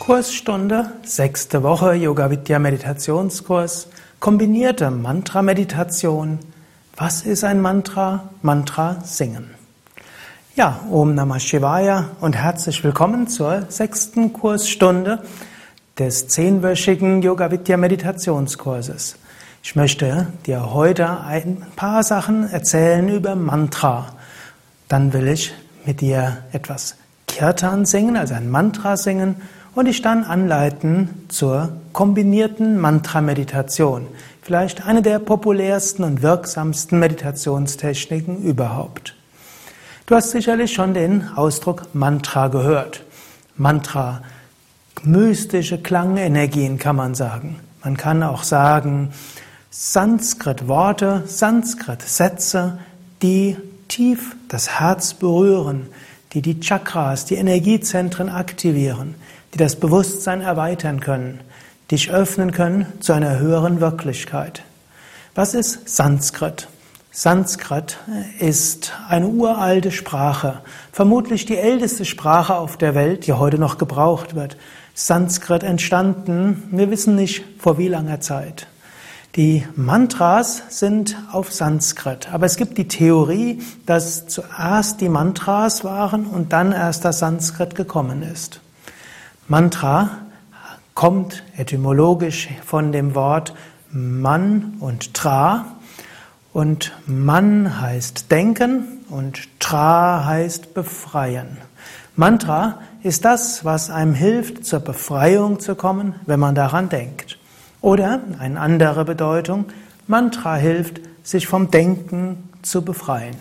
Kursstunde, 6. Woche, Yoga Vidya Meditationskurs, kombinierte Mantra-Meditation. Was ist ein Mantra? Mantra singen. Ja, Om Namah Shivaya und herzlich willkommen zur 6. Kursstunde des 10-wöchigen Yoga Vidya Meditationskurses. Ich möchte dir heute ein paar Sachen erzählen über Mantra. Dann will ich mit dir etwas Kirtan singen, also ein Mantra singen, und dich dann anleiten zur kombinierten Mantra-Meditation. Vielleicht eine der populärsten und wirksamsten Meditationstechniken überhaupt. Du hast sicherlich schon den Ausdruck Mantra gehört. Mantra, mystische Klangenergien kann man sagen. Man kann auch sagen, Sanskrit-Worte, Sanskrit-Sätze, die tief das Herz berühren, die Chakras, die Energiezentren aktivieren, die das Bewusstsein erweitern können, dich öffnen können zu einer höheren Wirklichkeit. Was ist Sanskrit? Sanskrit ist eine uralte Sprache, vermutlich die älteste Sprache auf der Welt, die heute noch gebraucht wird. Sanskrit entstanden, wir wissen nicht vor wie langer Zeit. Die Mantras sind auf Sanskrit, aber es gibt die Theorie, dass zuerst die Mantras waren und dann erst das Sanskrit gekommen ist. Mantra kommt etymologisch von dem Wort Man und Tra, und Man heißt denken und Tra heißt befreien. Mantra ist das, was einem hilft, zur Befreiung zu kommen, wenn man daran denkt. Oder eine andere Bedeutung, Mantra hilft, sich vom Denken zu befreien.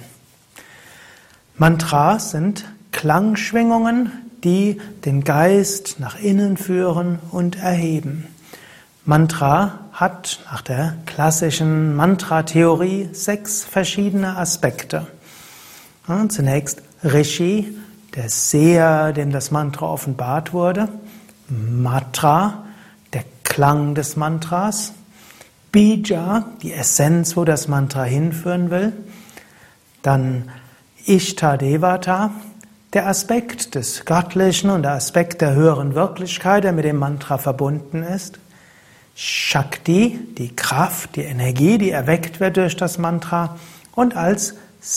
Mantras sind Klangschwingungen, die den Geist nach innen führen und erheben. Mantra hat nach der klassischen Mantra-Theorie 6 verschiedene Aspekte. Zunächst Rishi, der Seher, dem das Mantra offenbart wurde. Matra, der Klang des Mantras. Bija, die Essenz, wo das Mantra hinführen will. Dann Ishtadevata, der Aspekt des Göttlichen und der Aspekt der höheren Wirklichkeit, der mit dem Mantra verbunden ist. Shakti, die Kraft, die Energie, die erweckt wird durch das Mantra. Und als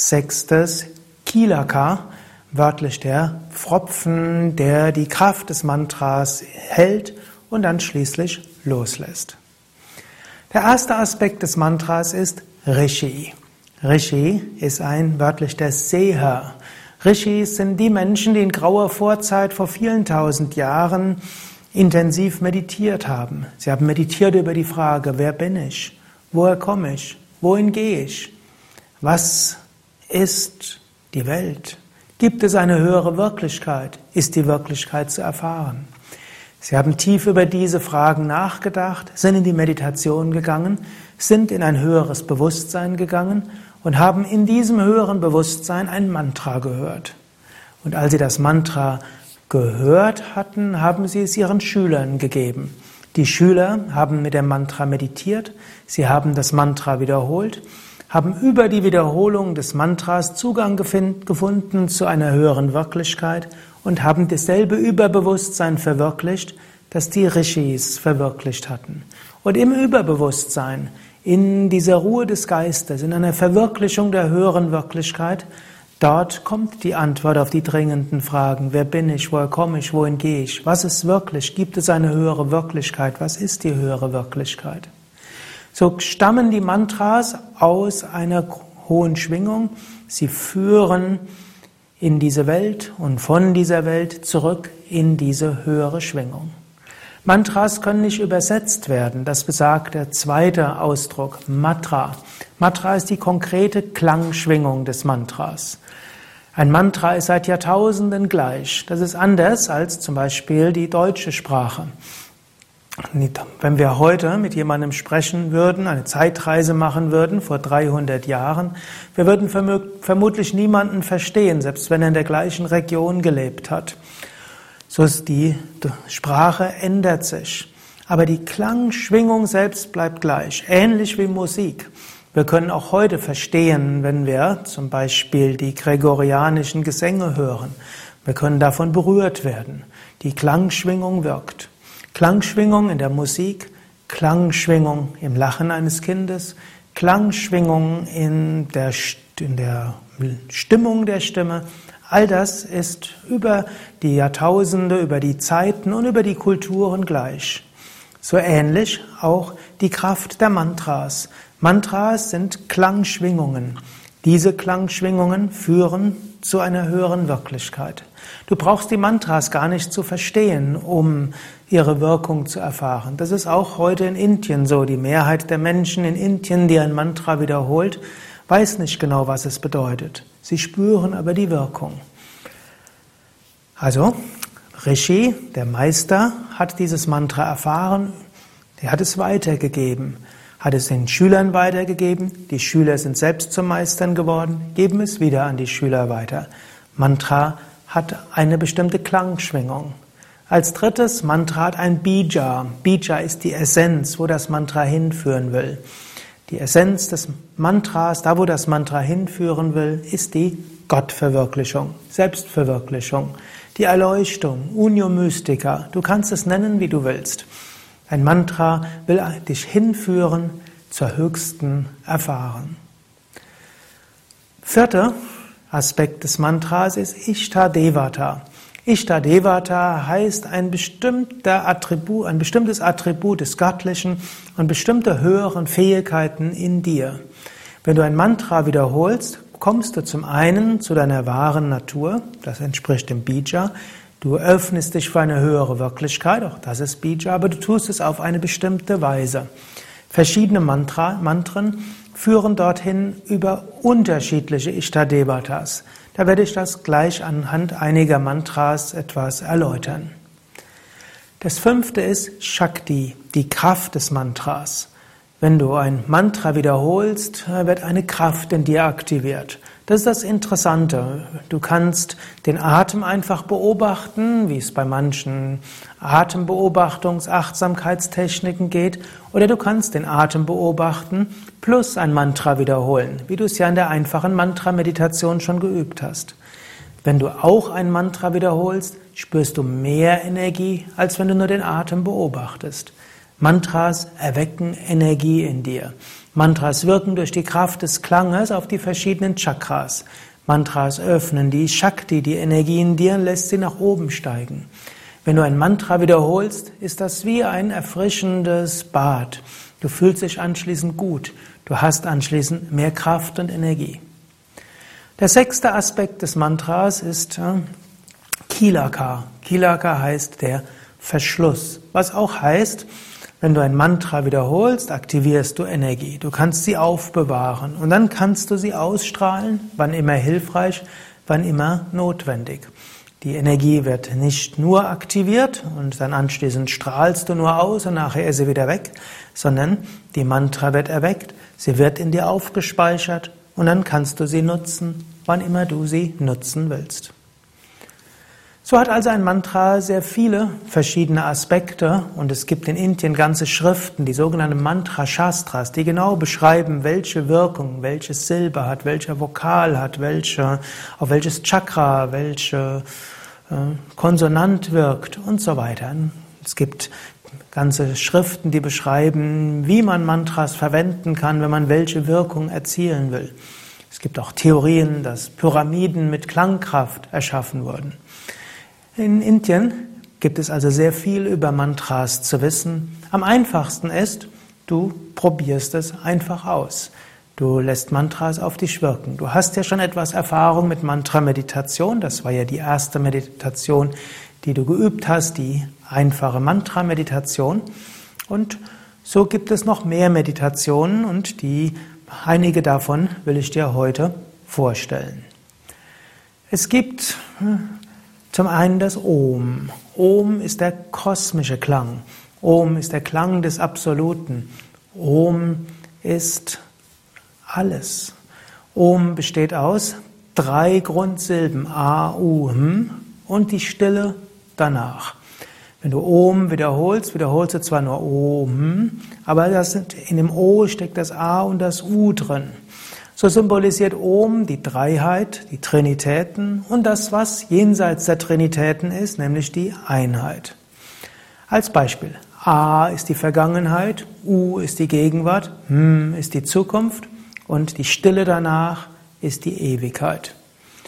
6. Kilaka, wörtlich der Pfropfen, der die Kraft des Mantras hält und dann schließlich loslässt. Der erste Aspekt des Mantras ist Rishi. Rishi ist wörtlich der Seher. Rishis sind die Menschen, die in grauer Vorzeit vor vielen tausend Jahren intensiv meditiert haben. Sie haben meditiert über die Frage, wer bin ich? Woher komme ich? Wohin gehe ich? Was ist die Welt? Gibt es eine höhere Wirklichkeit? Ist die Wirklichkeit zu erfahren? Sie haben tief über diese Fragen nachgedacht, sind in die Meditation gegangen, sind in ein höheres Bewusstsein gegangen und haben in diesem höheren Bewusstsein ein Mantra gehört. Und als sie das Mantra gehört hatten, haben sie es ihren Schülern gegeben. Die Schüler haben mit dem Mantra meditiert, sie haben das Mantra wiederholt, haben über die Wiederholung des Mantras Zugang gefunden zu einer höheren Wirklichkeit und haben dasselbe Überbewusstsein verwirklicht, das die Rishis verwirklicht hatten. Und im Überbewusstsein, in dieser Ruhe des Geistes, in einer Verwirklichung der höheren Wirklichkeit, dort kommt die Antwort auf die dringenden Fragen. Wer bin ich? Woher komme ich? Wohin gehe ich? Was ist wirklich? Gibt es eine höhere Wirklichkeit? Was ist die höhere Wirklichkeit? So stammen die Mantras aus einer hohen Schwingung. Sie führen in diese Welt und von dieser Welt zurück in diese höhere Schwingung. Mantras können nicht übersetzt werden. Das besagt der zweite Ausdruck, Matra. Matra ist die konkrete Klangschwingung des Mantras. Ein Mantra ist seit Jahrtausenden gleich. Das ist anders als zum Beispiel die deutsche Sprache. Wenn wir heute mit jemandem sprechen würden, eine Zeitreise machen würden, vor 300 Jahren, wir würden vermutlich niemanden verstehen, selbst wenn er in der gleichen Region gelebt hat. So ist die Sprache ändert sich. Aber die Klangschwingung selbst bleibt gleich, ähnlich wie Musik. Wir können auch heute verstehen, wenn wir zum Beispiel die gregorianischen Gesänge hören. Wir können davon berührt werden. Die Klangschwingung wirkt. Klangschwingung in der Musik, Klangschwingung im Lachen eines Kindes, Klangschwingung in der Stimmung der Stimme. All das ist über die Jahrtausende, über die Zeiten und über die Kulturen gleich. So ähnlich auch die Kraft der Mantras. Mantras sind Klangschwingungen. Diese Klangschwingungen führen zu einer höheren Wirklichkeit. Du brauchst die Mantras gar nicht zu verstehen, um ihre Wirkung zu erfahren. Das ist auch heute in Indien so. Die Mehrheit der Menschen in Indien, die ein Mantra wiederholt, weiß nicht genau, was es bedeutet. Sie spüren aber die Wirkung. Also, Rishi, der Meister, hat dieses Mantra erfahren, er hat es weitergegeben, hat es den Schülern weitergegeben, die Schüler sind selbst zu Meistern geworden, geben es wieder an die Schüler weiter. Mantra hat eine bestimmte Klangschwingung. Als drittes, Mantra hat ein Bija. Bija ist die Essenz, wo das Mantra hinführen will. Die Essenz des Mantras, da wo das Mantra hinführen will, ist die Gottverwirklichung, Selbstverwirklichung, die Erleuchtung, Unio Mystica. Du kannst es nennen, wie du willst. Ein Mantra will dich hinführen zur höchsten Erfahrung. Vierter Aspekt des Mantras ist Ishtadevata. Ishtadevata heißt ein bestimmtes Attribut des Göttlichen und bestimmte höheren Fähigkeiten in dir. Wenn du ein Mantra wiederholst, kommst du zum einen zu deiner wahren Natur, das entspricht dem Bija. Du öffnest dich für eine höhere Wirklichkeit, auch das ist Bija, aber du tust es auf eine bestimmte Weise. Verschiedene Mantren führen dorthin über unterschiedliche Ishtadevatas. Da werde ich das gleich anhand einiger Mantras etwas erläutern. Das fünfte ist Shakti, die Kraft des Mantras. Wenn du ein Mantra wiederholst, wird eine Kraft in dir aktiviert. Das ist das Interessante. Du kannst den Atem einfach beobachten, wie es bei manchen Atembeobachtungs-, Achtsamkeitstechniken geht, oder du kannst den Atem beobachten plus ein Mantra wiederholen, wie du es ja in der einfachen Mantra-Meditation schon geübt hast. Wenn du auch ein Mantra wiederholst, spürst du mehr Energie, als wenn du nur den Atem beobachtest. Mantras erwecken Energie in dir. Mantras wirken durch die Kraft des Klanges auf die verschiedenen Chakras. Mantras öffnen die Shakti, die Energie in dir, und lässt sie nach oben steigen. Wenn du ein Mantra wiederholst, ist das wie ein erfrischendes Bad. Du fühlst dich anschließend gut. Du hast anschließend mehr Kraft und Energie. Der sechste Aspekt des Mantras ist Kilaka. Kilaka heißt der Verschluss, was auch heißt, wenn du ein Mantra wiederholst, aktivierst du Energie. Du kannst sie aufbewahren und dann kannst du sie ausstrahlen, wann immer hilfreich, wann immer notwendig. Die Energie wird nicht nur aktiviert und dann anschließend strahlst du nur aus und nachher ist sie wieder weg, sondern die Mantra wird erweckt, sie wird in dir aufgespeichert und dann kannst du sie nutzen, wann immer du sie nutzen willst. So hat also ein Mantra sehr viele verschiedene Aspekte und es gibt in Indien ganze Schriften, die sogenannten Mantra-Shastras, die genau beschreiben, welche Wirkung, welche Silbe hat, welcher Vokal hat, auf welches Chakra, welche Konsonant wirkt und so weiter. Es gibt ganze Schriften, die beschreiben, wie man Mantras verwenden kann, wenn man welche Wirkung erzielen will. Es gibt auch Theorien, dass Pyramiden mit Klangkraft erschaffen wurden. In Indien gibt es also sehr viel über Mantras zu wissen. Am einfachsten ist, du probierst es einfach aus. Du lässt Mantras auf dich wirken. Du hast ja schon etwas Erfahrung mit Mantra-Meditation. Das war ja die erste Meditation, die du geübt hast, die einfache Mantra-Meditation. Und so gibt es noch mehr Meditationen und einige davon will ich dir heute vorstellen. Es gibt zum einen das Om. Om ist der kosmische Klang. Om ist der Klang des Absoluten. Om ist alles. Om besteht aus 3 Grundsilben, A, U, M und die Stille danach. Wenn du Om wiederholst du zwar nur Om, aber in dem O steckt das A und das U drin. So symbolisiert Om die Dreiheit, die Trinitäten und das, was jenseits der Trinitäten ist, nämlich die Einheit. Als Beispiel: A ist die Vergangenheit, U ist die Gegenwart, ist die Zukunft und die Stille danach ist die Ewigkeit.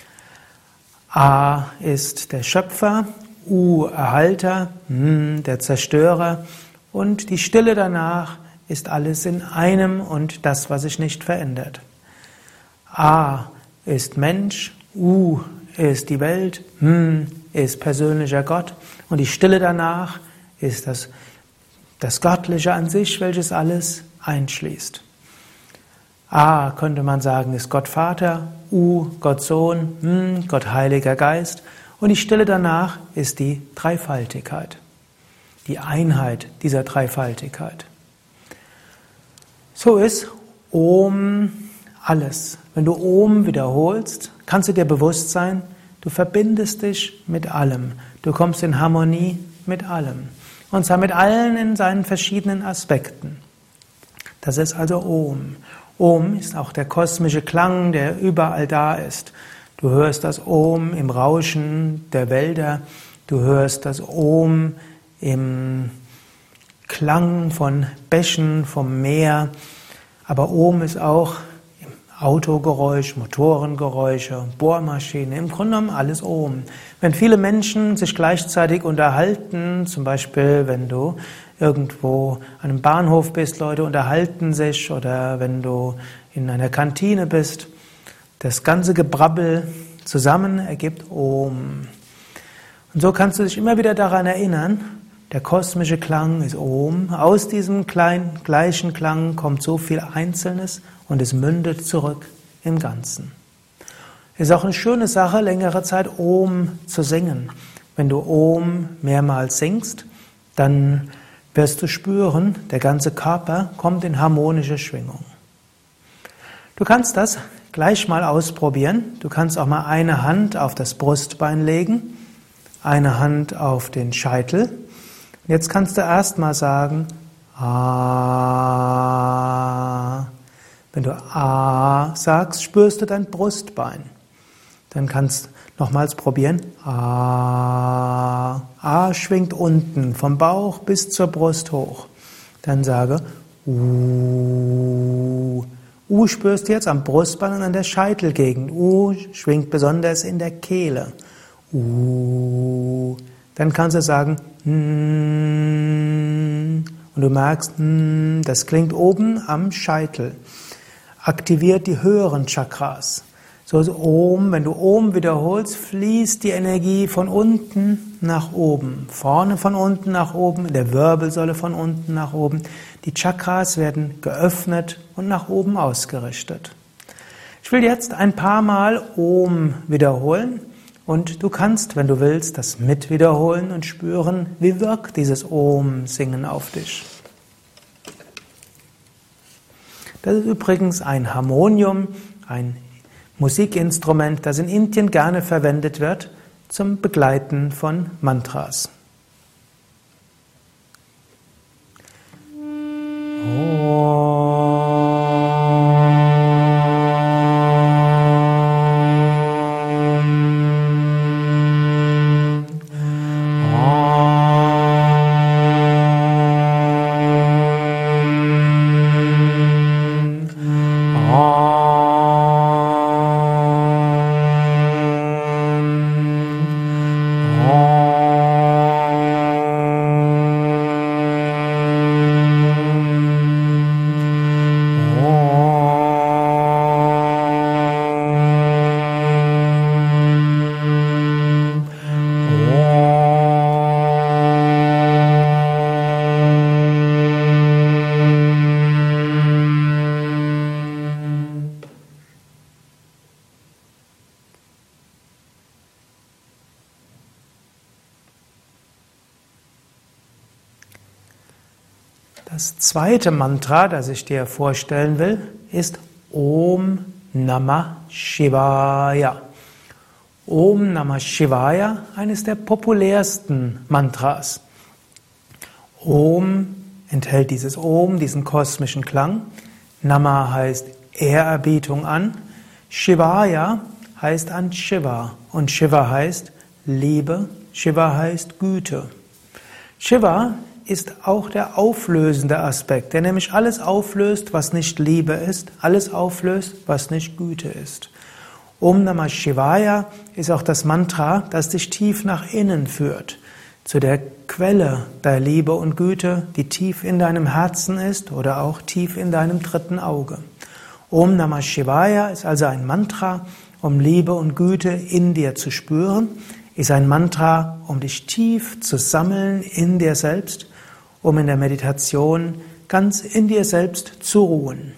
A ist der Schöpfer, U Erhalter, der Zerstörer und die Stille danach ist alles in einem und das, was sich nicht verändert. A ist Mensch, U ist die Welt, ist persönlicher Gott und die Stille danach ist das Göttliche an sich, welches alles einschließt. A, könnte man sagen, ist Gott Vater, U, Gott Sohn, Gott Heiliger Geist und die Stille danach ist die Dreifaltigkeit, die Einheit dieser Dreifaltigkeit. So ist Om alles. Wenn du Om wiederholst, kannst du dir bewusst sein, du verbindest dich mit allem, du kommst in Harmonie mit allem. Und zwar mit allen in seinen verschiedenen Aspekten. Das ist also Om. Om ist auch der kosmische Klang, der überall da ist. Du hörst das Om im Rauschen der Wälder, du hörst das Om im Klang von Bächen, vom Meer, aber Om ist auch im Autogeräusch, Motorengeräusche, Bohrmaschine, im Grunde genommen alles Om. Wenn viele Menschen sich gleichzeitig unterhalten, zum Beispiel wenn du irgendwo an einem Bahnhof bist, Leute unterhalten sich, oder wenn du in einer Kantine bist, das ganze Gebrabbel zusammen ergibt Om. Und so kannst du dich immer wieder daran erinnern, der kosmische Klang ist Om. Aus diesem gleichen Klang kommt so viel Einzelnes und es mündet zurück im Ganzen. Es ist auch eine schöne Sache, längere Zeit Om zu singen. Wenn du Om mehrmals singst, dann wirst du spüren, der ganze Körper kommt in harmonische Schwingung. Du kannst das gleich mal ausprobieren. Du kannst auch mal eine Hand auf das Brustbein legen, eine Hand auf den Scheitel. Jetzt kannst du erst mal sagen, A. Wenn du A sagst, spürst du dein Brustbein. Dann kannst du nochmals probieren. A. A schwingt unten vom Bauch bis zur Brust hoch. Dann sage U. U spürst du jetzt am Brustbein und an der Scheitelgegend. U schwingt besonders in der Kehle. U. Dann kannst du sagen und du merkst, das klingt oben am Scheitel. Aktiviert die höheren Chakras. So ist Om, wenn du Om wiederholst, fließt die Energie von unten nach oben. Vorne von unten nach oben, in der Wirbelsäule von unten nach oben. Die Chakras werden geöffnet und nach oben ausgerichtet. Ich will jetzt ein paar Mal Om wiederholen und du kannst, wenn du willst, das mit wiederholen und spüren, wie wirkt dieses Om-Singen auf dich. Das ist übrigens ein Harmonium, ein Musikinstrument, das in Indien gerne verwendet wird zum Begleiten von Mantras. Das zweite Mantra, das ich dir vorstellen will, ist Om Namah Shivaya. Om Namah Shivaya, eines der populärsten Mantras. Om enthält dieses Om, diesen kosmischen Klang. Nama heißt Ehrerbietung an. Shivaya heißt an Shiva und Shiva heißt Liebe, Shiva heißt Güte. Shiva ist auch der auflösende Aspekt, der nämlich alles auflöst, was nicht Liebe ist, alles auflöst, was nicht Güte ist. Om Namah Shivaya ist auch das Mantra, das dich tief nach innen führt, zu der Quelle der Liebe und Güte, die tief in deinem Herzen ist oder auch tief in deinem dritten Auge. Om Namah Shivaya ist also ein Mantra, um Liebe und Güte in dir zu spüren, ist ein Mantra, um dich tief zu sammeln in dir selbst, um in der Meditation ganz in dir selbst zu ruhen.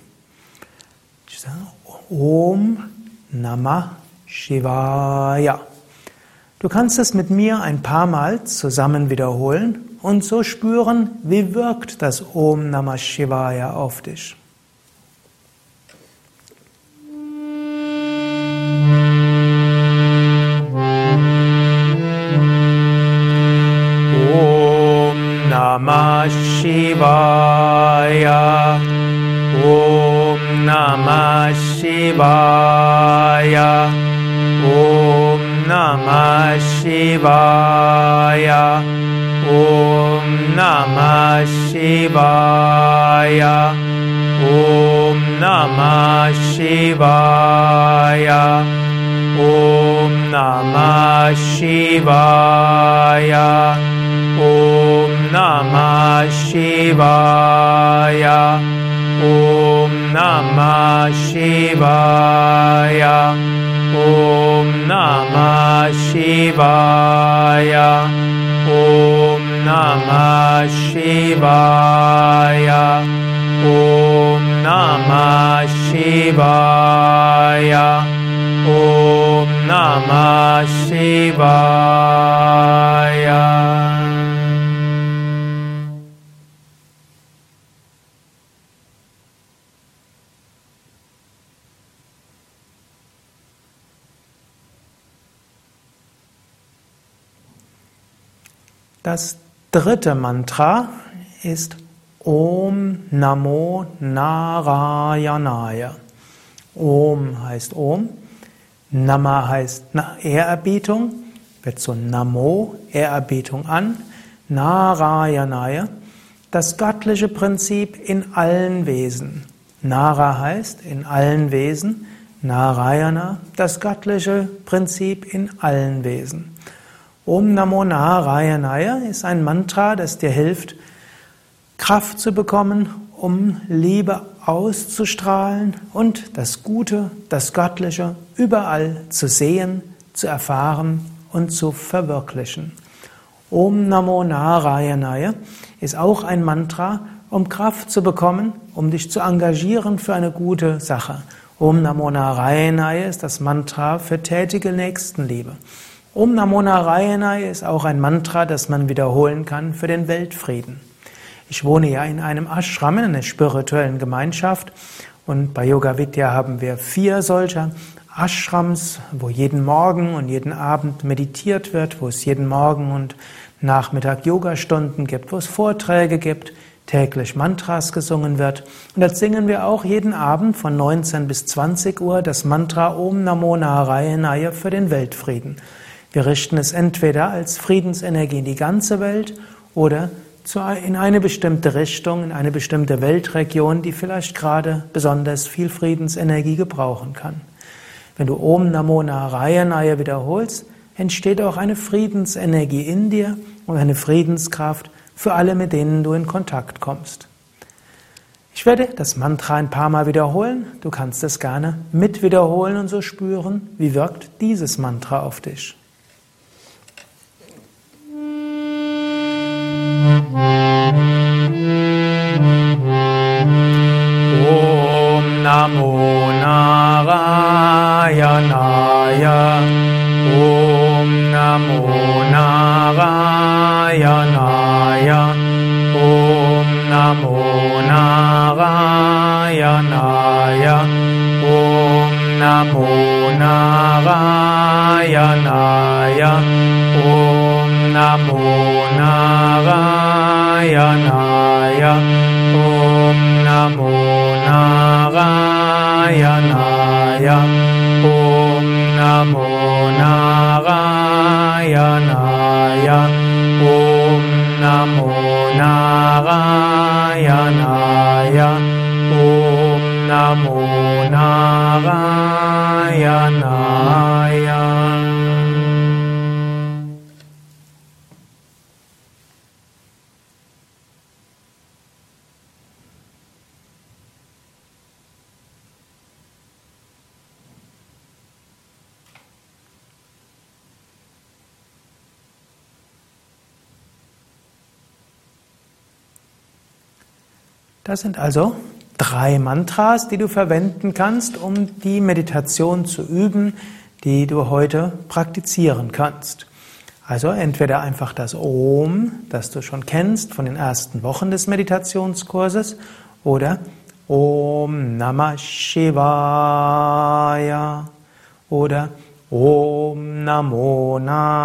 Om Namah Shivaya. Du kannst es mit mir ein paar Mal zusammen wiederholen und so spüren, wie wirkt das Om Namah Shivaya auf dich. Namah Shivaya, Om Namah Shivaya, Om Namah Shivaya, Om Namah Shivaya, Om Namah Shivaya, Om Namah Shivaya, Om Namah Shivaya, Om Namah Shivaya, Om Namah Shivaya, Om Namah Shivaya, Om Namah Shivaya, Om Namah Shivaya. Das dritte Mantra ist Om Namo Narayanaya. Om heißt Om, Nama heißt Ehrerbietung, wird zu Namo, Ehrerbietung an, Narayanaya, das göttliche Prinzip in allen Wesen. Nara heißt in allen Wesen, Narayana, das göttliche Prinzip in allen Wesen. Om Namo Narayanaya ist ein Mantra, das dir hilft, Kraft zu bekommen, um Liebe auszustrahlen und das Gute, das Göttliche überall zu sehen, zu erfahren und zu verwirklichen. Om Namo Narayanaya ist auch ein Mantra, um Kraft zu bekommen, um dich zu engagieren für eine gute Sache. Om Namo Narayanaya ist das Mantra für tätige Nächstenliebe. Om Namo Narayanaya ist auch ein Mantra, das man wiederholen kann für den Weltfrieden. Ich wohne ja in einem Ashram, in einer spirituellen Gemeinschaft, und bei Yoga Vidya haben wir 4 solcher Ashrams, wo jeden Morgen und jeden Abend meditiert wird, wo es jeden Morgen und Nachmittag Yogastunden gibt, wo es Vorträge gibt, täglich Mantras gesungen wird. Und dort singen wir auch jeden Abend von 19 bis 20 Uhr das Mantra Om Namo Narayanaya für den Weltfrieden. Wir richten es entweder als Friedensenergie in die ganze Welt oder in eine bestimmte Richtung, in eine bestimmte Weltregion, die vielleicht gerade besonders viel Friedensenergie gebrauchen kann. Wenn du Om Namo Narayanaya wiederholst, entsteht auch eine Friedensenergie in dir und eine Friedenskraft für alle, mit denen du in Kontakt kommst. Ich werde das Mantra ein paar Mal wiederholen. Du kannst es gerne mit wiederholen und so spüren, wie wirkt dieses Mantra auf dich. Om Namo Narayanaya, Om Namo Narayanaya, Om Namo Narayanaya, Om Namo Narayanaya, Om Namo Narayanaya, Om Namo Narayanaya, Narayanaya. Om Namo Narayanaya. Das sind also 3 Mantras, die du verwenden kannst, um die Meditation zu üben, die du heute praktizieren kannst. Also entweder einfach das Om, das du schon kennst von den ersten Wochen des Meditationskurses, oder Om Namah Shivaya oder Om Namo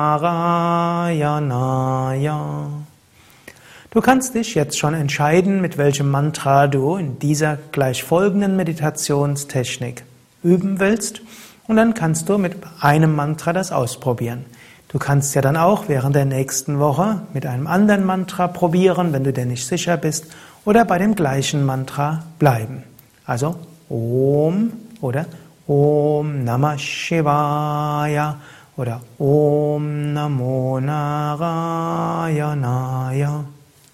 Narayanaya. Du kannst dich jetzt schon entscheiden, mit welchem Mantra du in dieser gleich folgenden Meditationstechnik üben willst, und dann kannst du mit einem Mantra das ausprobieren. Du kannst ja dann auch während der nächsten Woche mit einem anderen Mantra probieren, wenn du dir nicht sicher bist, oder bei dem gleichen Mantra bleiben. Also Om oder Om Namah Shivaya oder Om Namo Narayanaya.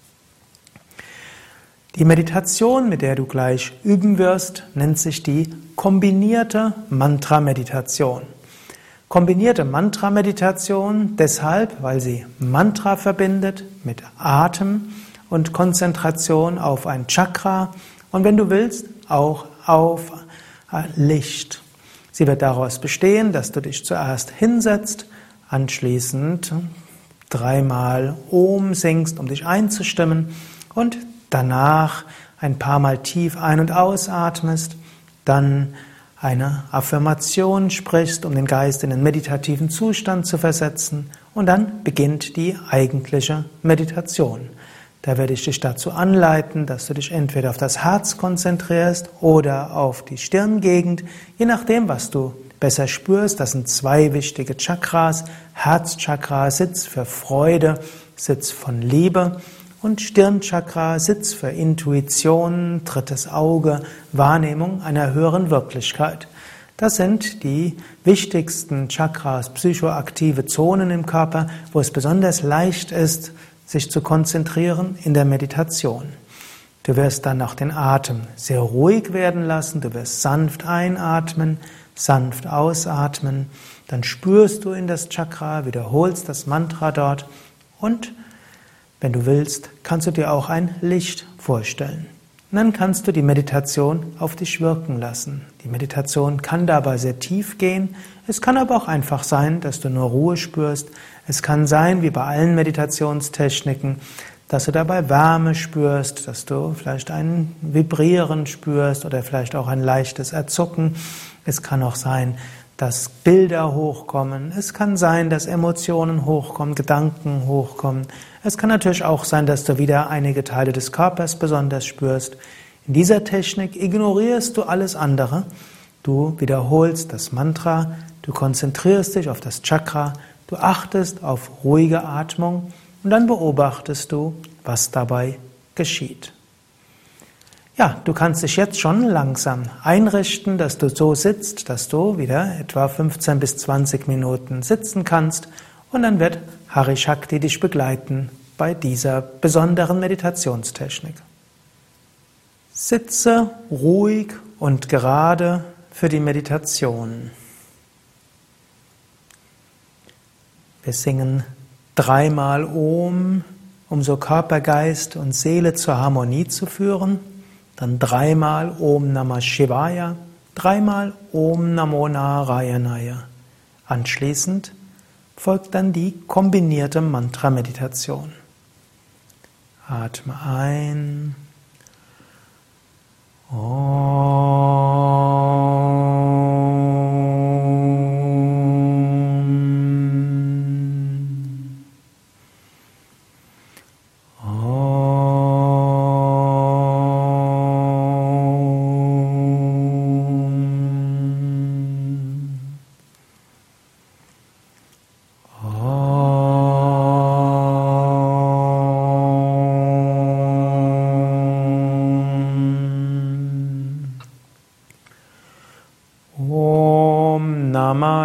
Die Meditation, mit der du gleich üben wirst, nennt sich die kombinierte Mantra-Meditation. Kombinierte Mantra-Meditation deshalb, weil sie Mantra verbindet mit Atem und Konzentration auf ein Chakra und, wenn du willst, auch auf Licht. Sie wird daraus bestehen, dass du dich zuerst hinsetzt, anschließend 3-mal Om singst, um dich einzustimmen, und danach ein paar Mal tief ein- und ausatmest, dann eine Affirmation sprichst, um den Geist in den meditativen Zustand zu versetzen, und dann beginnt die eigentliche Meditation. Da werde ich dich dazu anleiten, dass du dich entweder auf das Herz konzentrierst oder auf die Stirngegend, je nachdem, was du besser spürst. Das sind 2 wichtige Chakras. Herzchakra, Sitz für Freude, Sitz von Liebe, und Stirnchakra, Sitz für Intuition, 3. Auge, Wahrnehmung einer höheren Wirklichkeit. Das sind die wichtigsten Chakras, psychoaktive Zonen im Körper, wo es besonders leicht ist, sich zu konzentrieren in der Meditation. Du wirst dann auch den Atem sehr ruhig werden lassen, du wirst sanft einatmen, sanft ausatmen, dann spürst du in das Chakra, wiederholst das Mantra dort, und wenn du willst, kannst du dir auch ein Licht vorstellen. Und dann kannst du die Meditation auf dich wirken lassen. Die Meditation kann dabei sehr tief gehen. Es kann aber auch einfach sein, dass du nur Ruhe spürst. Es kann sein, wie bei allen Meditationstechniken, dass du dabei Wärme spürst, dass du vielleicht ein Vibrieren spürst oder vielleicht auch ein leichtes Erzucken. Es kann auch sein, dass Bilder hochkommen. Es kann sein, dass Emotionen hochkommen, Gedanken hochkommen. Es kann natürlich auch sein, dass du wieder einige Teile des Körpers besonders spürst. In dieser Technik ignorierst du alles andere. Du wiederholst das Mantra, du konzentrierst dich auf das Chakra, du achtest auf ruhige Atmung und dann beobachtest du, was dabei geschieht. Ja, du kannst dich jetzt schon langsam einrichten, dass du so sitzt, dass du wieder etwa 15 bis 20 Minuten sitzen kannst, und dann wird Hari Shakti dich begleiten bei dieser besonderen Meditationstechnik. Sitze ruhig und gerade für die Meditation. Wir singen 3-mal Om, um so Körper, Geist und Seele zur Harmonie zu führen. Dann 3-mal Om Namah Shivaya, 3-mal Om Namo Narayanaya. Anschließend folgt dann die kombinierte Mantra-Meditation. Atme ein.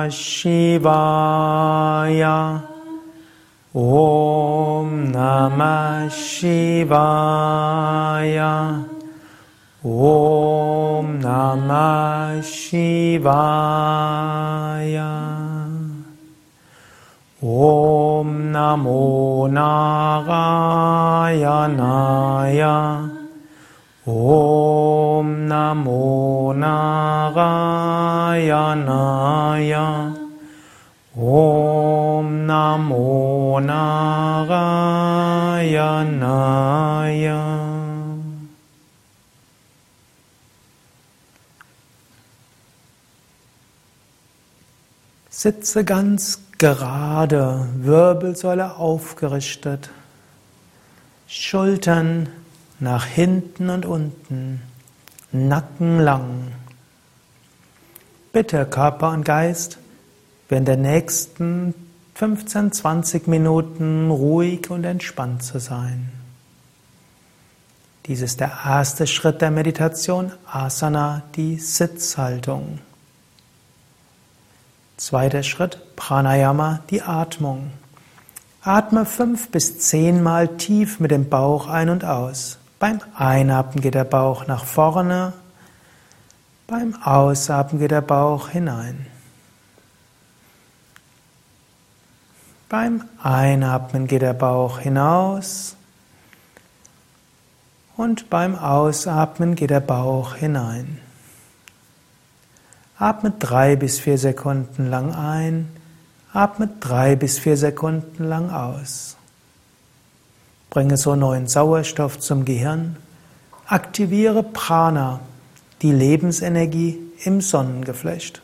Namah Shivaya. Om Namah Shivaya. Om Namah Shivaya. Om Namo Narayanaya. Om Namo Narayanaya. Om Namo Narayanaya. Sitze ganz gerade, Wirbelsäule aufgerichtet, Schultern nach hinten und unten, Nacken lang. Bitte Körper und Geist während der nächsten 15-20 Minuten ruhig und entspannt zu sein. Dies ist der erste Schritt der Meditation, Asana, die Sitzhaltung. Zweiter Schritt, Pranayama, die Atmung. Atme 5 bis 10 Mal tief mit dem Bauch ein und aus. Beim Einatmen geht der Bauch nach vorne, beim Ausatmen geht der Bauch hinein. Beim Einatmen geht der Bauch hinaus und beim Ausatmen geht der Bauch hinein. Atme 3 bis 4 Sekunden lang ein, atme 3 bis 4 Sekunden lang aus. Bringe so neuen Sauerstoff zum Gehirn, aktiviere Prana, die Lebensenergie im Sonnengeflecht.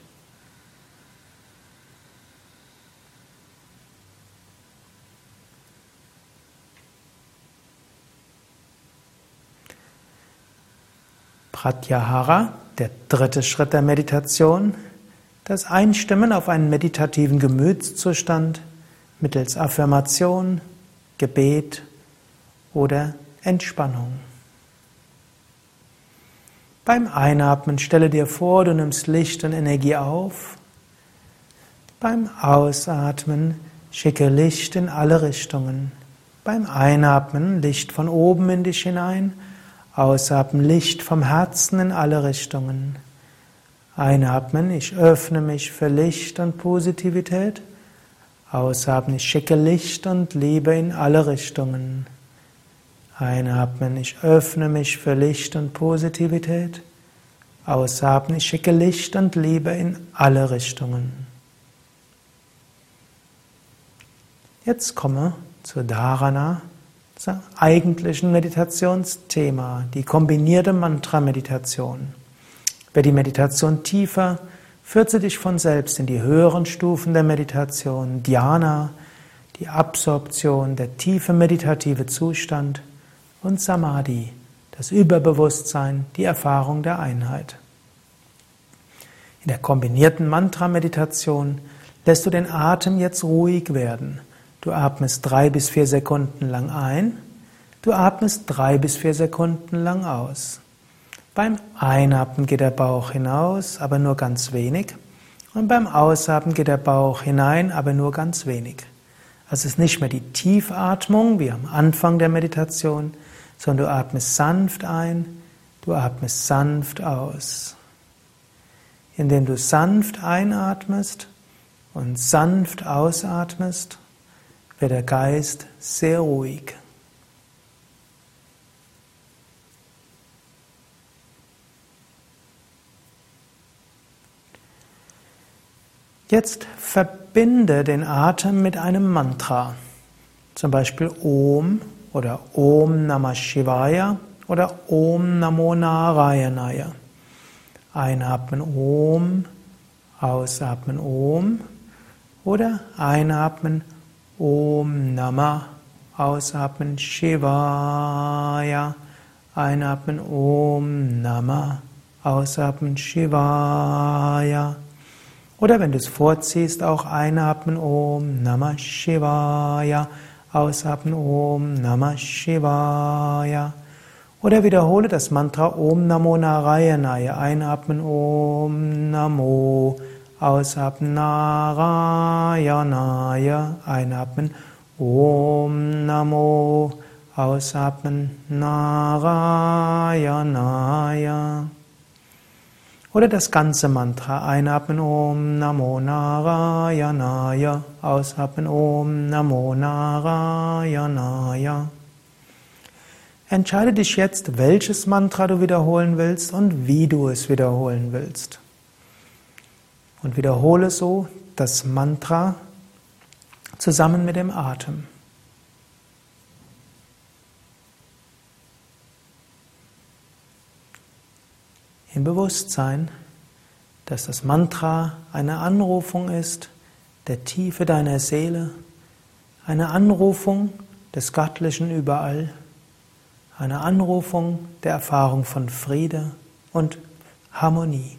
Pratyahara, der dritte Schritt der Meditation, das Einstimmen auf einen meditativen Gemütszustand mittels Affirmation, Gebet oder Entspannung. Beim Einatmen stelle dir vor, du nimmst Licht und Energie auf. Beim Ausatmen schicke Licht in alle Richtungen. Beim Einatmen Licht von oben in dich hinein. Ausatmen Licht vom Herzen in alle Richtungen. Einatmen, ich öffne mich für Licht und Positivität. Ausatmen, ich schicke Licht und Liebe in alle Richtungen. Einatmen, ich öffne mich für Licht und Positivität. Ausatmen, ich schicke Licht und Liebe in alle Richtungen. Jetzt komme zu Dharana, zum eigentlichen Meditationsthema, die kombinierte Mantra-Meditation. Wer die Meditation tiefer, führt sie dich von selbst in die höheren Stufen der Meditation, Dhyana, die Absorption, der tiefe meditative Zustand und Samadhi, das Überbewusstsein, die Erfahrung der Einheit. In der kombinierten Mantra-Meditation lässt du den Atem jetzt ruhig werden. Du atmest 3 bis 4 Sekunden lang ein, du atmest 3 bis 4 Sekunden lang aus. Beim Einatmen geht der Bauch hinaus, aber nur ganz wenig. Und beim Ausatmen geht der Bauch hinein, aber nur ganz wenig. Also es ist nicht mehr die Tiefatmung wie am Anfang der Meditation, sondern du atmest sanft ein, du atmest sanft aus. Indem du sanft einatmest und sanft ausatmest, wird der Geist sehr ruhig. Jetzt verbinde den Atem mit einem Mantra. Zum Beispiel Om oder Om Namah Shivaya oder Om Namo Narayanaya. Einatmen Om, ausatmen Om oder einatmen Om Namah, ausatmen Shivaya, einatmen Om Namah, ausatmen Shivaya. Oder wenn du es vorziehst, auch einatmen Om Namah Shivaya, ausatmen Om Namah Shivaya. Oder wiederhole das Mantra Om Namo Narayanaya, einatmen Om Namo, ausatmen Narayanaya, einatmen Om Namo, ausatmen Narayanaya. Oder das ganze Mantra, einatmen Om Namo Narayanaya, ausatmen Om Namo Narayanaya. Entscheide dich jetzt, welches Mantra du wiederholen willst und wie du es wiederholen willst. Und wiederhole so das Mantra zusammen mit dem Atem. Im Bewusstsein, dass das Mantra eine Anrufung ist der Tiefe deiner Seele, eine Anrufung des Göttlichen überall, eine Anrufung der Erfahrung von Friede und Harmonie.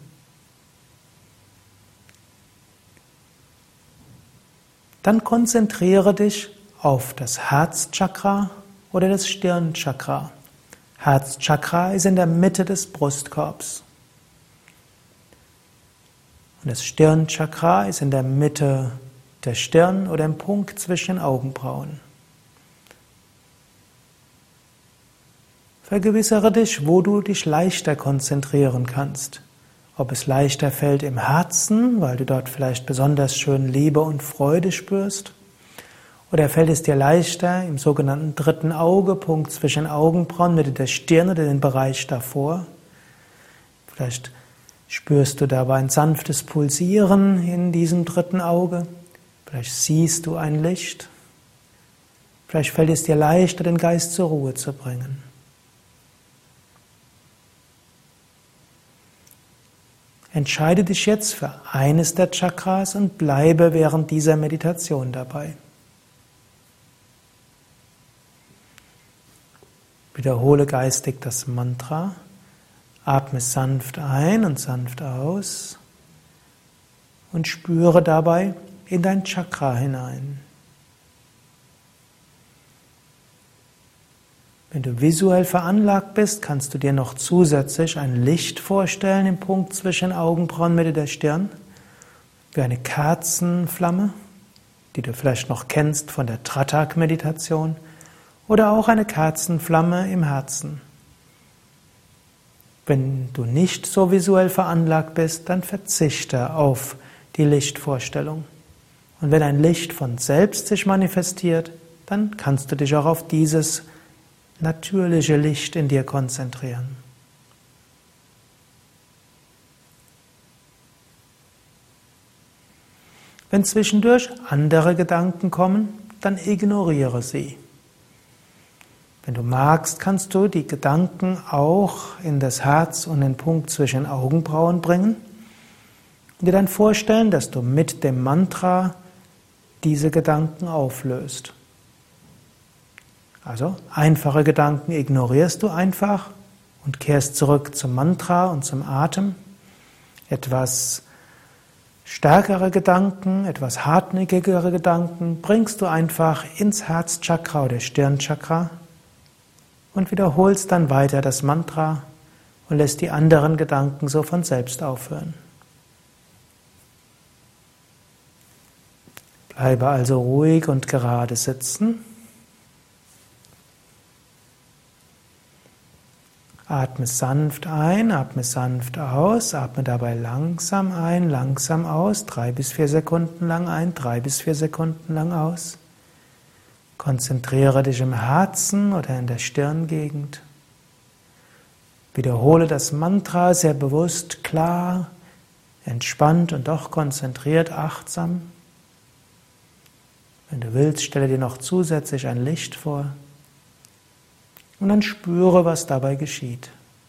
Dann konzentriere dich auf das Herzchakra oder das Stirnchakra. Herzchakra ist in der Mitte des Brustkorbs. Und das Stirnchakra ist in der Mitte der Stirn oder im Punkt zwischen den Augenbrauen. Vergewissere dich, wo du dich leichter konzentrieren kannst. Ob es leichter fällt im Herzen, weil du dort vielleicht besonders schön Liebe und Freude spürst. Oder fällt es dir leichter im sogenannten dritten Auge, Punkt zwischen Augenbrauen, Mitte der Stirn oder den Bereich davor. Vielleicht spürst du dabei ein sanftes Pulsieren in diesem dritten Auge. Vielleicht siehst du ein Licht. Vielleicht fällt es dir leichter, den Geist zur Ruhe zu bringen. Entscheide dich jetzt für eines der Chakras und bleibe während dieser Meditation dabei. Wiederhole geistig das Mantra, atme sanft ein und sanft aus und spüre dabei in dein Chakra hinein. Wenn du visuell veranlagt bist, kannst du dir noch zusätzlich ein Licht vorstellen im Punkt zwischen Augenbrauen, Mitte der Stirn, wie eine Kerzenflamme, die du vielleicht noch kennst von der Tratak-Meditation, oder auch eine Kerzenflamme im Herzen. Wenn du nicht so visuell veranlagt bist, dann verzichte auf die Lichtvorstellung. Und wenn ein Licht von selbst sich manifestiert, dann kannst du dich auch auf dieses natürliche Licht in dir konzentrieren. Wenn zwischendurch andere Gedanken kommen, dann ignoriere sie. Wenn du magst, kannst du die Gedanken auch in das Herz und den Punkt zwischen den Augenbrauen bringen und dir dann vorstellen, dass du mit dem Mantra diese Gedanken auflöst. Also einfache Gedanken ignorierst du einfach und kehrst zurück zum Mantra und zum Atem. Etwas stärkere Gedanken, etwas hartnäckigere Gedanken bringst du einfach ins Herzchakra oder Stirnchakra und wiederholst dann weiter das Mantra und lässt die anderen Gedanken so von selbst aufhören. Bleibe also ruhig und gerade sitzen. Atme sanft ein, atme sanft aus, atme dabei langsam ein, langsam aus, 3 bis 4 Sekunden lang ein, 3 bis 4 Sekunden lang aus. Konzentriere dich im Herzen oder in der Stirngegend. Wiederhole das Mantra sehr bewusst, klar, entspannt und doch konzentriert, achtsam. Wenn du willst, stelle dir noch zusätzlich ein Licht vor. Und dann spüre, was dabei geschieht.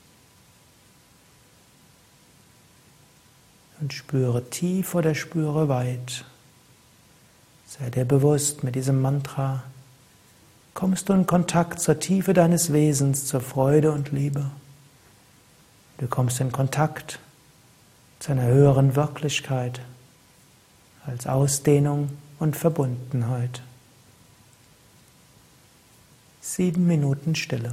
Und spüre tief oder spüre weit. Sei dir bewusst, mit diesem Mantra kommst du in Kontakt zur Tiefe deines Wesens, zur Freude und Liebe. Du kommst in Kontakt zu einer höheren Wirklichkeit als Ausdehnung und Verbundenheit. 7 Minuten Stille.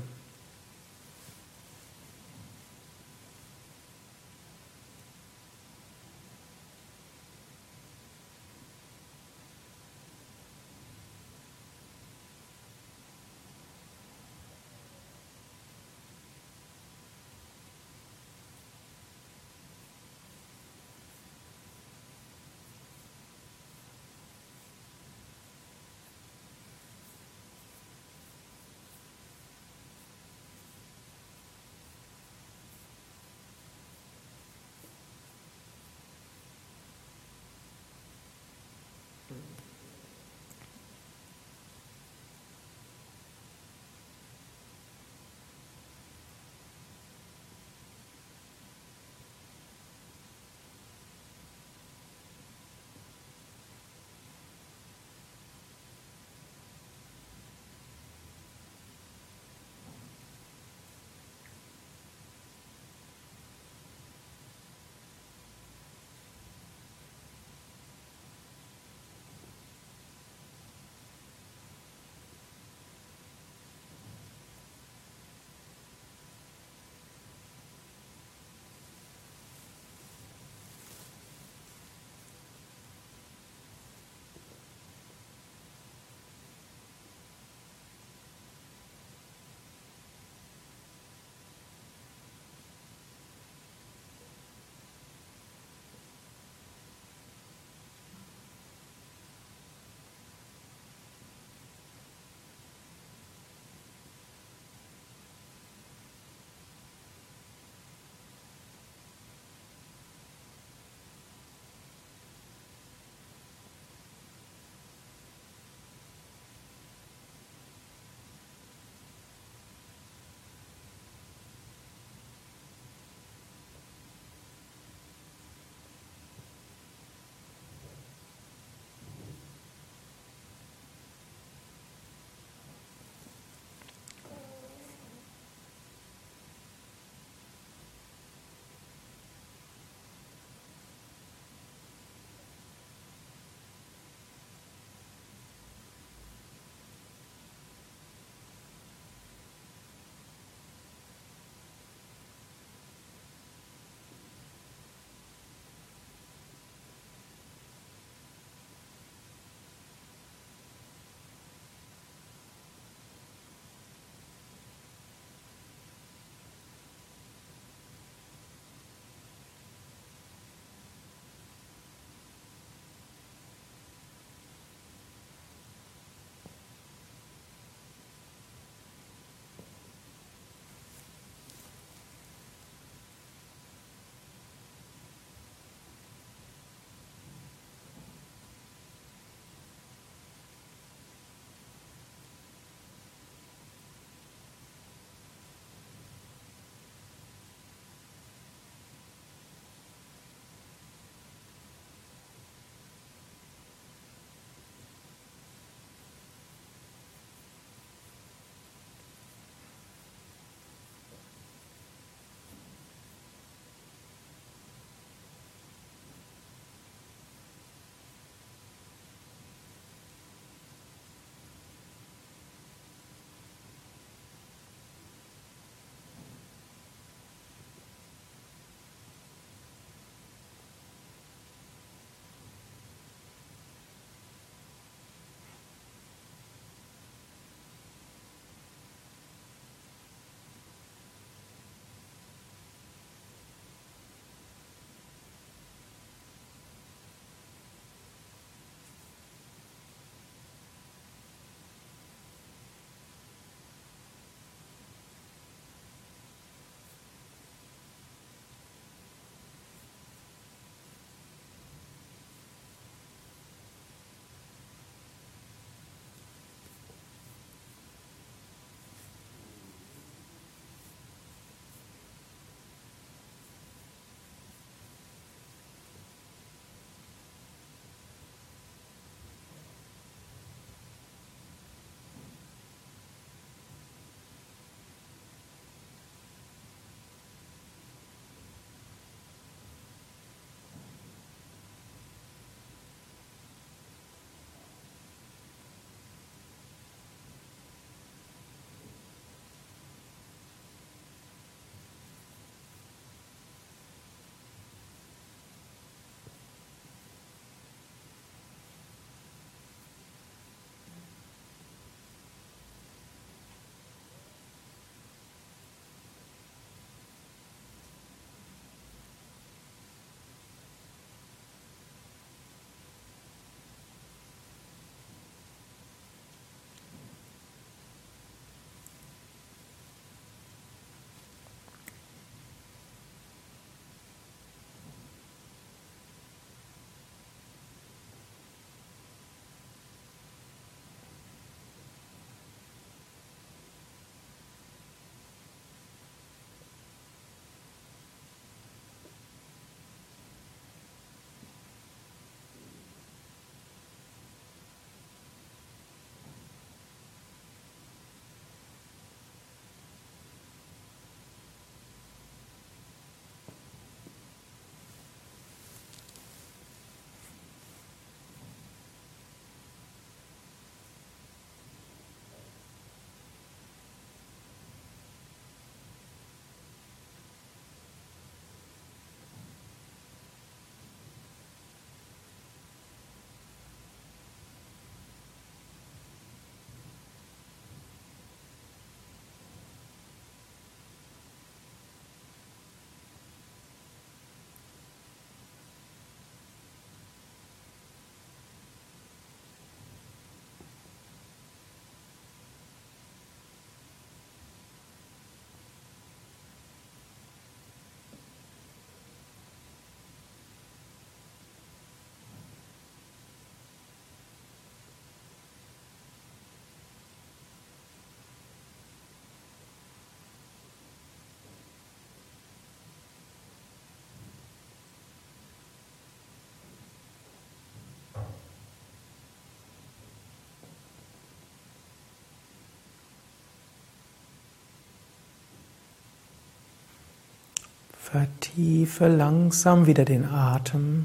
Vertiefe langsam wieder den Atem.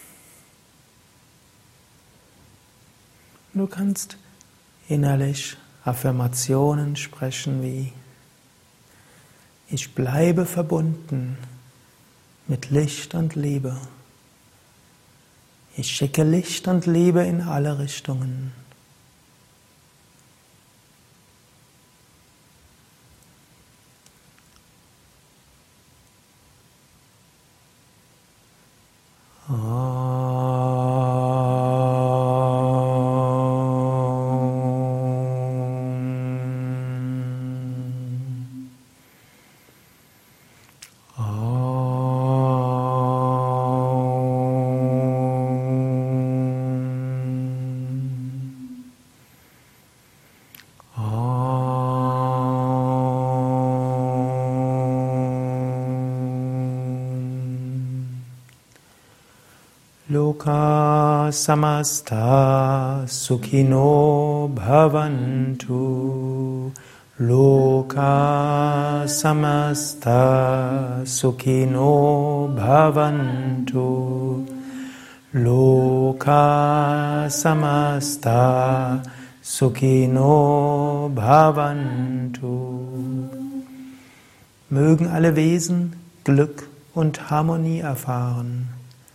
Du kannst innerlich Affirmationen sprechen wie: Ich bleibe verbunden mit Licht und Liebe. Ich schicke Licht und Liebe in alle Richtungen. Loka samasta sukhino bhavantu. Loka samasta sukhino bhavantu. Loka samasta sukhino bhavantu. Mögen alle Wesen Glück und Harmonie erfahren.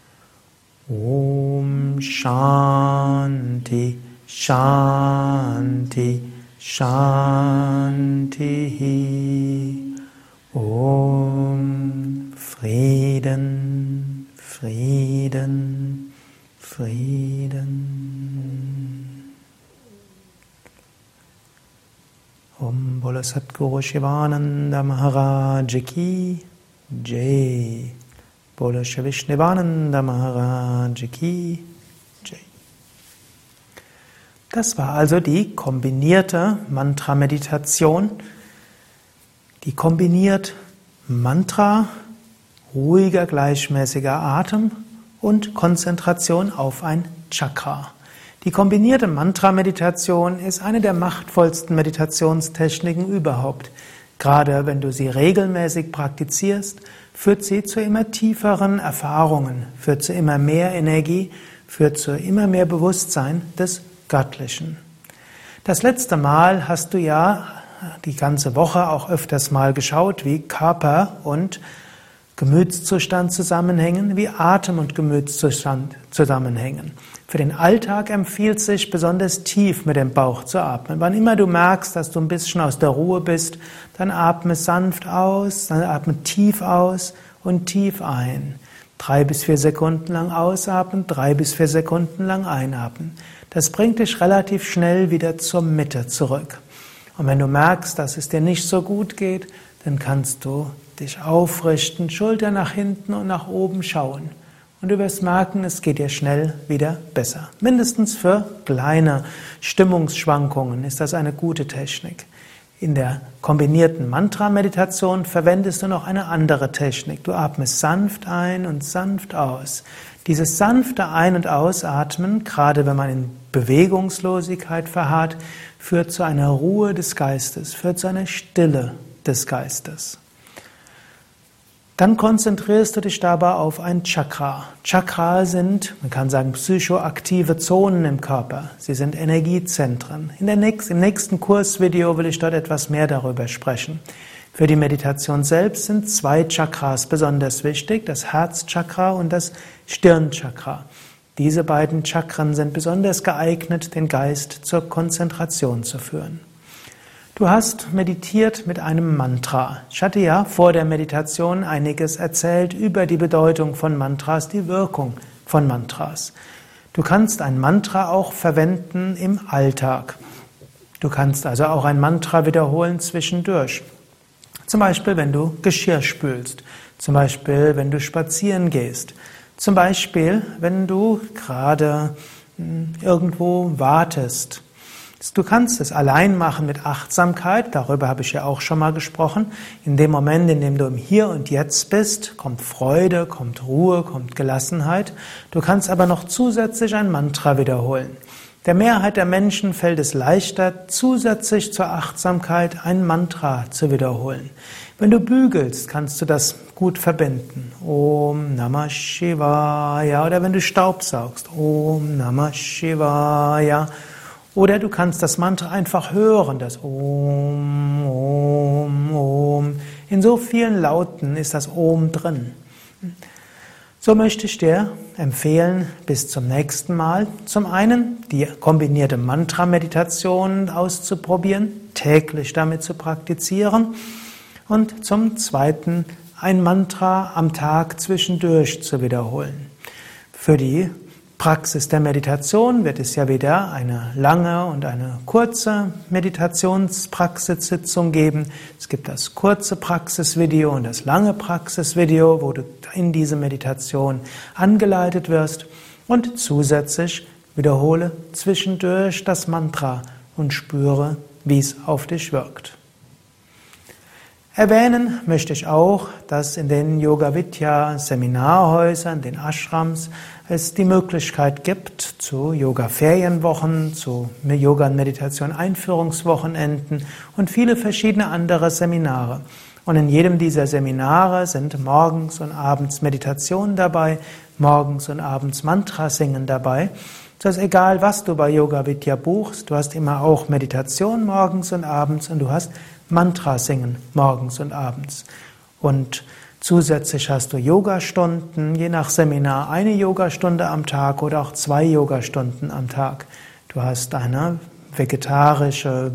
Om Shanti, Shanti, Shanti. Om Frieden, Frieden, Frieden. Om Bolo Satguru Shivananda Maharaj Ki Jai. Bolo Shri Vishnevananda Maharaj Ki Jai. Das war also die kombinierte Mantra-Meditation, die kombiniert Mantra, ruhiger, gleichmäßiger Atem und Konzentration auf ein Chakra. Die kombinierte Mantra-Meditation ist eine der machtvollsten Meditationstechniken überhaupt. Gerade wenn du sie regelmäßig praktizierst, führt sie zu immer tieferen Erfahrungen, führt zu immer mehr Energie, führt zu immer mehr Bewusstsein des Göttlichen. Das letzte Mal hast du ja die ganze Woche auch öfters mal geschaut, wie Körper und Gemütszustand zusammenhängen, wie Atem und Gemütszustand zusammenhängen. Für den Alltag empfiehlt sich besonders tief mit dem Bauch zu atmen. Wann immer du merkst, dass du ein bisschen aus der Ruhe bist, dann atme sanft aus, dann atme tief aus und tief ein. 3 bis 4 Sekunden lang ausatmen, 3 bis 4 Sekunden lang einatmen. Das bringt dich relativ schnell wieder zur Mitte zurück. Und wenn du merkst, dass es dir nicht so gut geht, dann kannst du dich aufrichten, Schulter nach hinten und nach oben schauen. Und du wirst merken, es geht dir schnell wieder besser. Mindestens für kleine Stimmungsschwankungen ist das eine gute Technik. In der kombinierten Mantra-Meditation verwendest du noch eine andere Technik. Du atmest sanft ein und sanft aus. Dieses sanfte Ein- und Ausatmen, gerade wenn man in Bewegungslosigkeit verharrt, führt zu einer Ruhe des Geistes, führt zu einer Stille des Geistes. Dann konzentrierst du dich dabei auf ein Chakra. Chakra sind, man kann sagen, psychoaktive Zonen im Körper. Sie sind Energiezentren. Im nächsten Kursvideo will ich dort etwas mehr darüber sprechen. Für die Meditation selbst sind 2 Chakras besonders wichtig, das Herzchakra und das Stirnchakra. Diese beiden Chakren sind besonders geeignet, den Geist zur Konzentration zu führen. Du hast meditiert mit einem Mantra. Ich hatte ja vor der Meditation einiges erzählt über die Bedeutung von Mantras, die Wirkung von Mantras. Du kannst ein Mantra auch verwenden im Alltag. Du kannst also auch ein Mantra wiederholen zwischendurch. Zum Beispiel, wenn du Geschirr spülst. Zum Beispiel, wenn du spazieren gehst. Zum Beispiel, wenn du gerade irgendwo wartest. Du kannst es allein machen mit Achtsamkeit, darüber habe ich ja auch schon mal gesprochen. In dem Moment, in dem du im Hier und Jetzt bist, kommt Freude, kommt Ruhe, kommt Gelassenheit. Du kannst aber noch zusätzlich ein Mantra wiederholen. Der Mehrheit der Menschen fällt es leichter, zusätzlich zur Achtsamkeit ein Mantra zu wiederholen. Wenn du bügelst, kannst du das gut verbinden. Om Namah Shivaya. Oder wenn du Staubsaugst. Om Namah Shivaya. Oder du kannst das Mantra einfach hören, das Om, Om, Om. In so vielen Lauten ist das Om drin. So möchte ich dir empfehlen, bis zum nächsten Mal, zum einen die kombinierte Mantra-Meditation auszuprobieren, täglich damit zu praktizieren und zum zweiten ein Mantra am Tag zwischendurch zu wiederholen. Für die Praxis der Meditation wird es ja wieder eine lange und eine kurze Meditationspraxissitzung geben. Es gibt das kurze Praxisvideo und das lange Praxisvideo, wo du in diese Meditation angeleitet wirst, und zusätzlich wiederhole zwischendurch das Mantra und spüre, wie es auf dich wirkt. Erwähnen möchte ich auch, dass in den Yoga-Vidya-Seminarhäusern, den Ashrams, es die Möglichkeit gibt, zu Yoga-Ferienwochen, zu Yoga- und Meditation-Einführungswochenenden und viele verschiedene andere Seminare. Und in jedem dieser Seminare sind morgens und abends Meditationen dabei, morgens und abends Mantra-Singen dabei. Das ist egal, was du bei Yoga Vidya buchst, du hast immer auch Meditation morgens und abends und du hast Mantra singen morgens und abends. Und zusätzlich hast du Yogastunden, je nach Seminar eine Yogastunde am Tag oder auch 2 Yogastunden am Tag. Du hast eine vegetarische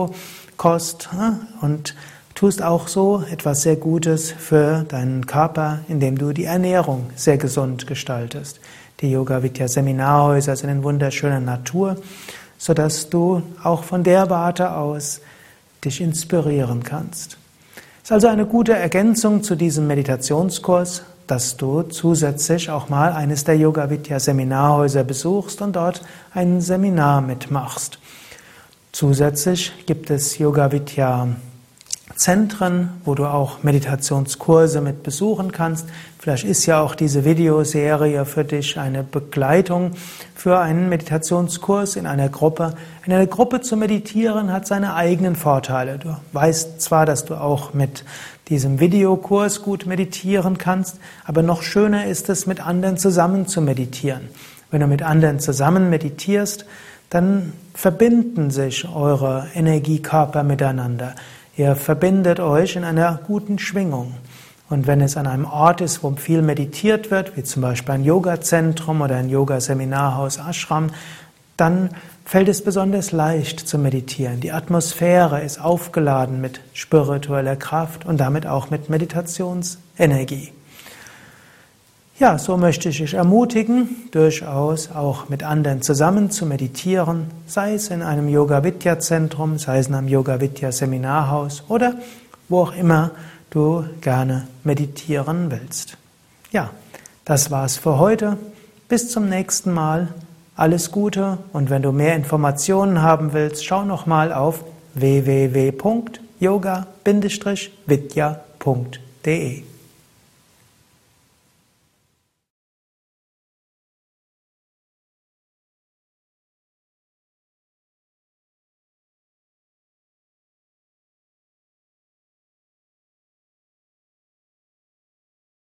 Biokost und tust auch so etwas sehr Gutes für deinen Körper, indem du die Ernährung sehr gesund gestaltest. Die Yoga Vidya Seminarhäuser sind in wunderschöner Natur, sodass du auch von der Warte aus dich inspirieren kannst. Es ist also eine gute Ergänzung zu diesem Meditationskurs, dass du zusätzlich auch mal eines der Yoga Vidya Seminarhäuser besuchst und dort ein Seminar mitmachst. Zusätzlich gibt es Yoga Vidya Zentren, wo du auch Meditationskurse mit besuchen kannst. Vielleicht ist ja auch diese Videoserie für dich eine Begleitung für einen Meditationskurs in einer Gruppe. In einer Gruppe zu meditieren hat seine eigenen Vorteile. Du weißt zwar, dass du auch mit diesem Videokurs gut meditieren kannst, aber noch schöner ist es, mit anderen zusammen zu meditieren. Wenn du mit anderen zusammen meditierst, dann verbinden sich eure Energiekörper miteinander. Ihr verbindet euch in einer guten Schwingung. Und wenn es an einem Ort ist, wo viel meditiert wird, wie zum Beispiel ein Yoga-Zentrum oder ein Yoga-Seminarhaus, Ashram, dann fällt es besonders leicht zu meditieren. Die Atmosphäre ist aufgeladen mit spiritueller Kraft und damit auch mit Meditationsenergie. Ja, so möchte ich dich ermutigen, durchaus auch mit anderen zusammen zu meditieren, sei es in einem Yoga-Vidya-Zentrum, sei es in einem Yoga-Vidya-Seminarhaus oder wo auch immer du gerne meditieren willst. Ja, das war's für heute. Bis zum nächsten Mal. Alles Gute und wenn du mehr Informationen haben willst, schau nochmal auf www.yoga-vidya.de